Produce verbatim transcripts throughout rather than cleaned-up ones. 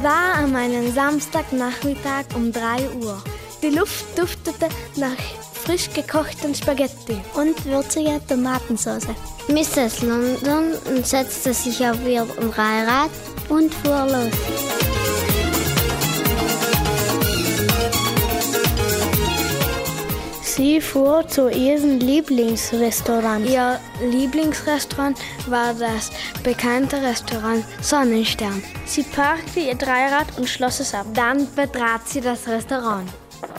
war an einem Samstagnachmittag um drei Uhr. Die Luft duftete nach frisch gekochten Spaghetti und würziger Tomatensauce. Misses London setzte sich auf ihr Dreirad und fuhr los. Sie fuhr zu ihrem Lieblingsrestaurant. Ihr Lieblingsrestaurant war das bekannte Restaurant Sonnenstern. Sie parkte ihr Dreirad und schloss es ab. Dann betrat sie das Restaurant.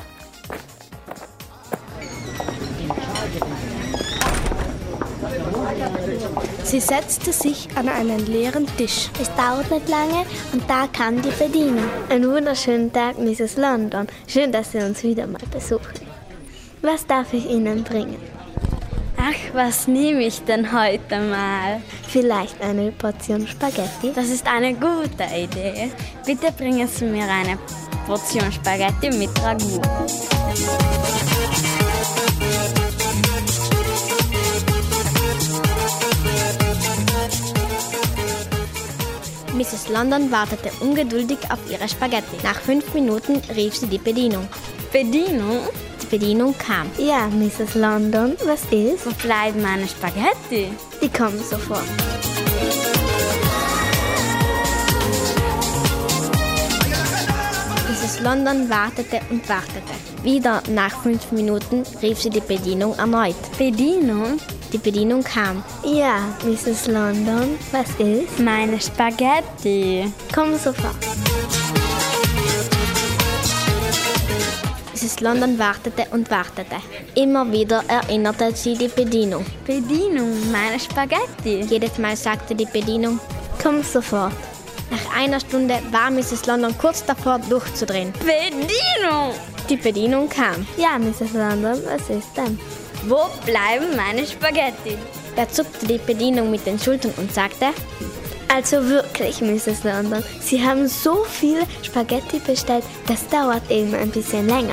Sie setzte sich an einen leeren Tisch. Es dauerte nicht lange und da kam die Bedienung. Einen wunderschönen Tag, Misses London. Schön, dass Sie uns wieder mal besuchen. Was darf ich Ihnen bringen? Ach, was nehme ich denn heute mal? Vielleicht eine Portion Spaghetti? Das ist eine gute Idee. Bitte bringen Sie mir eine Portion Spaghetti mit Ragout. Misses London wartete ungeduldig auf ihre Spaghetti. Nach fünf Minuten rief sie die Bedienung. Bedienung? Die Bedienung kam. Ja, Misses London, was ist? Wo bleiben meine Spaghetti? Die kommen sofort. Misses London wartete und wartete. Wieder nach fünf Minuten rief sie die Bedienung erneut. Bedienung? Die Bedienung kam. Ja, Misses London, was ist? Meine Spaghetti. Komm sofort. Misses London wartete und wartete. Immer wieder erinnerte sie die Bedienung. Bedienung, meine Spaghetti. Jedes Mal sagte die Bedienung, komm sofort. Nach einer Stunde war Misses London kurz davor durchzudrehen. Bedienung! Die Bedienung kam. Ja, Misses London, was ist denn? Wo bleiben meine Spaghetti? Da zuckte die Bedienung mit den Schultern und sagte, also wirklich, Misses London, Sie haben so viele Spaghetti bestellt, das dauert eben ein bisschen länger.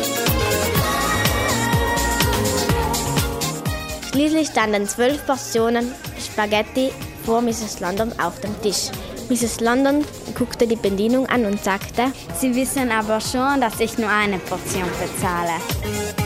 Schließlich standen zwölf Portionen Spaghetti vor Misses London auf dem Tisch. Misses London guckte die Bedienung an und sagte, Sie wissen aber schon, dass ich nur eine Portion bezahle.